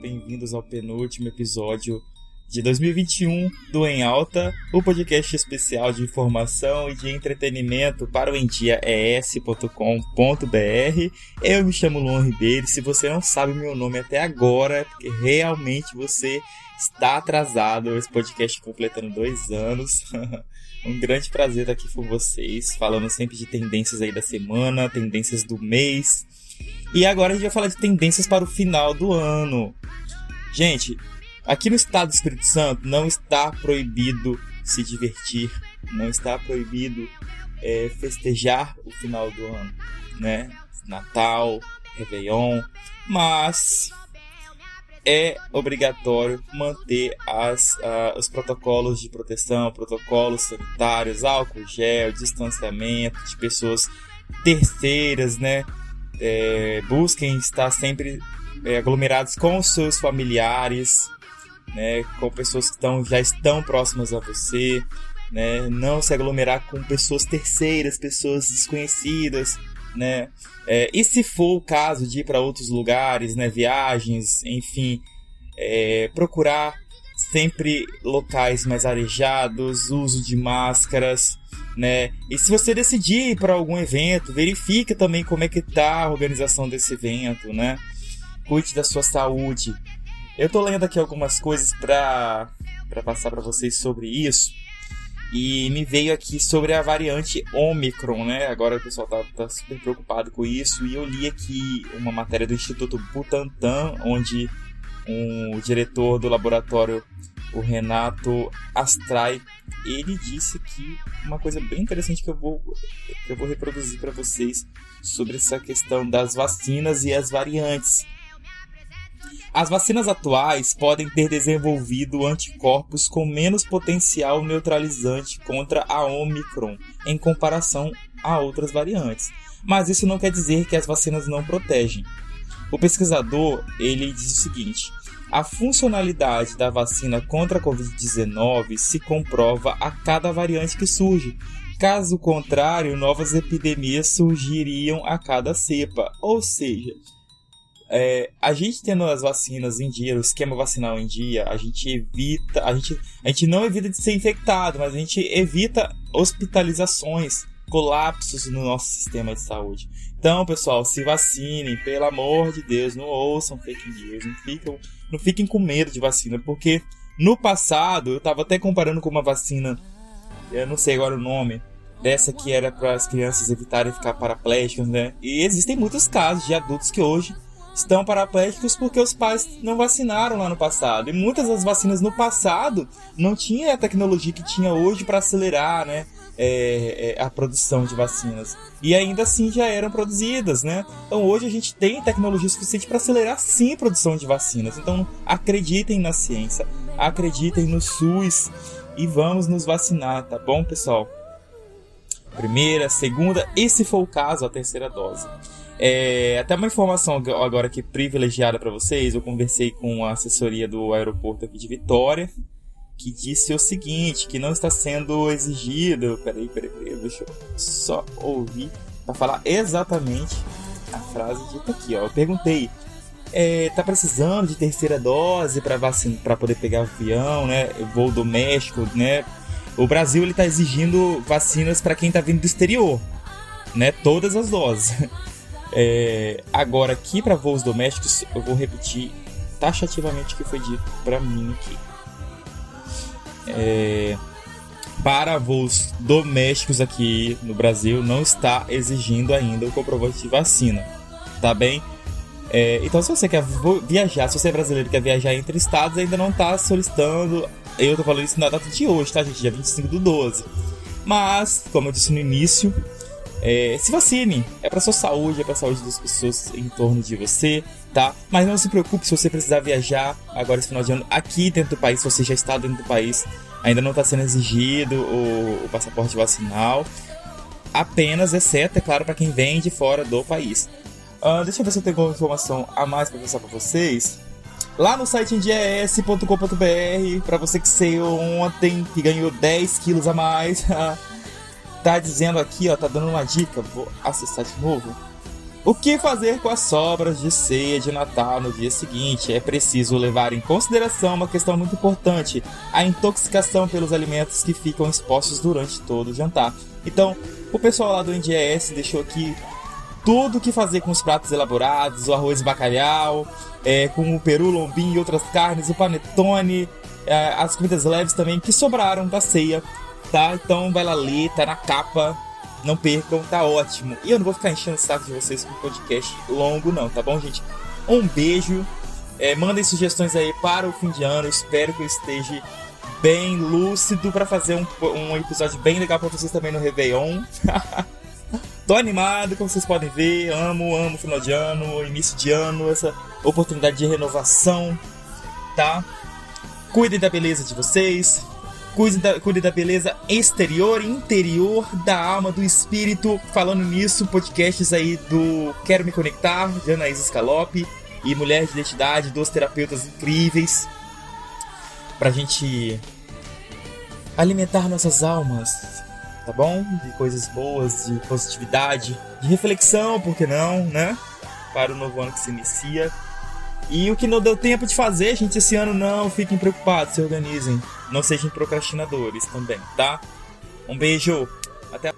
bem-vindos ao penúltimo episódio de 2021 do Em Alta, o podcast especial de informação e de entretenimento para o endiaes.com.br. Eu me chamo Luan Ribeiro e se você não sabe meu nome até agora, é porque realmente você está atrasado. Esse podcast completando 2 anos. Um grande prazer estar aqui com vocês, falando sempre de tendências aí da semana, tendências do mês. E agora a gente vai falar de tendências para o final do ano. Gente, aqui no estado do Espírito Santo não está proibido se divertir, não está proibido festejar o final do ano, né? Natal, Réveillon, mas é obrigatório manter os protocolos de proteção, protocolos sanitários, álcool gel, distanciamento de pessoas terceiras, né? Busquem estar sempre aglomerados com os seus familiares, né? Com pessoas que já estão próximas a você, né? Não se aglomerar com pessoas terceiras, pessoas desconhecidas, né? E se for o caso de ir para outros lugares, né? Viagens, enfim, procurar sempre locais mais arejados, uso de máscaras, né? E se você decidir ir para algum evento, verifique também como é que tá a organização desse evento, né? Cuide da sua saúde. Eu tô lendo aqui algumas coisas para passar para vocês sobre isso. E me veio aqui sobre a variante Omicron, né? Agora o pessoal tá super preocupado com isso. E eu li aqui uma matéria do Instituto Butantan, onde o diretor do laboratório, o Renato Astray, ele disse que uma coisa bem interessante que eu vou reproduzir para vocês sobre essa questão das vacinas e as variantes. As vacinas atuais podem ter desenvolvido anticorpos com menos potencial neutralizante contra a Omicron em comparação a outras variantes. Mas isso não quer dizer que as vacinas não protegem. O pesquisador, ele diz o seguinte: a funcionalidade da vacina contra a Covid-19 se comprova a cada variante que surge. Caso contrário, novas epidemias surgiriam a cada cepa. Ou seja, a gente tendo as vacinas em dia, o esquema vacinal em dia, a gente não evita de ser infectado, mas a gente evita hospitalizações, colapsos no nosso sistema de saúde. Então, pessoal, se vacinem, pelo amor de Deus, não ouçam fake news, não fiquem com medo de vacina, porque no passado, eu estava até comparando com uma vacina, eu não sei agora o nome, dessa que era para as crianças evitarem ficar paraplégicas, né? E existem muitos casos de adultos que hoje estão paraplégicos porque os pais não vacinaram lá no passado. E muitas das vacinas no passado não tinha a tecnologia que tinha hoje para acelerar, né, a produção de vacinas. E ainda assim já eram produzidas, né? Então hoje a gente tem tecnologia suficiente para acelerar sim a produção de vacinas. Então acreditem na ciência, acreditem no SUS e vamos nos vacinar, tá bom, pessoal? Primeira, segunda e, se for o caso, a terceira dose. Até uma informação agora aqui privilegiada para vocês. Eu conversei com a assessoria do aeroporto aqui de Vitória, que disse o seguinte, que não está sendo exigido. Peraí, deixa eu só ouvir para falar exatamente a frase dita aqui, ó. Eu perguntei, tá precisando de terceira dose para poder pegar avião, né? Voo doméstico, né? O Brasil ele tá exigindo vacinas para quem tá vindo do exterior, né? Todas as doses. Agora aqui para voos domésticos eu vou repetir taxativamente o que foi dito para mim aqui. Para voos domésticos aqui no Brasil não está exigindo ainda o comprovante de vacina, tá bem? Então se você quer viajar, se você é brasileiro e quer viajar entre estados, ainda não está solicitando. Eu tô falando isso na data de hoje, tá, gente? Dia 25/12. Mas, como eu disse no início, se vacine, é pra sua saúde, é pra saúde das pessoas em torno de você, tá? Mas não se preocupe se você precisar viajar agora esse final de ano aqui dentro do país, se você já está dentro do país, ainda não está sendo exigido o passaporte vacinal, apenas, exceto, é claro, para quem vem de fora do país. Deixa eu ver se eu tenho alguma informação a mais para passar para vocês. Lá no site endiaes.com.br, para você que saiu ontem, que ganhou 10 quilos a mais, tá dizendo aqui, ó, tá dando uma dica, vou acessar de novo. O que fazer com as sobras de ceia de Natal no dia seguinte? É preciso levar em consideração uma questão muito importante: a intoxicação pelos alimentos que ficam expostos durante todo o jantar. Então, o pessoal lá do NDES deixou aqui tudo o que fazer com os pratos elaborados, o arroz e bacalhau, com o peru, lombinho e outras carnes, o panetone, as comidas leves também que sobraram da ceia, tá? Então vai lá ler, tá na capa, não percam, tá ótimo. E eu não vou ficar enchendo o saco de vocês com um podcast longo não, tá bom, gente? Um beijo, mandem sugestões aí para o fim de ano, espero que eu esteja bem lúcido para fazer um episódio bem legal para vocês também no Réveillon. Tô animado, como vocês podem ver, amo final de ano, início de ano, essa oportunidade de renovação, tá? Cuidem da beleza de vocês, cuidem da beleza exterior e interior, da alma, do espírito. Falando nisso, podcasts aí do Quero Me Conectar, de Anaís Scalope, e Mulher de Identidade, 2 terapeutas incríveis, pra gente alimentar nossas almas, tá bom? De coisas boas, de positividade, de reflexão, por que não, né? Para o novo ano que se inicia. E o que não deu tempo de fazer, gente, esse ano não fiquem preocupados, se organizem. Não sejam procrastinadores também, tá? Um beijo, até a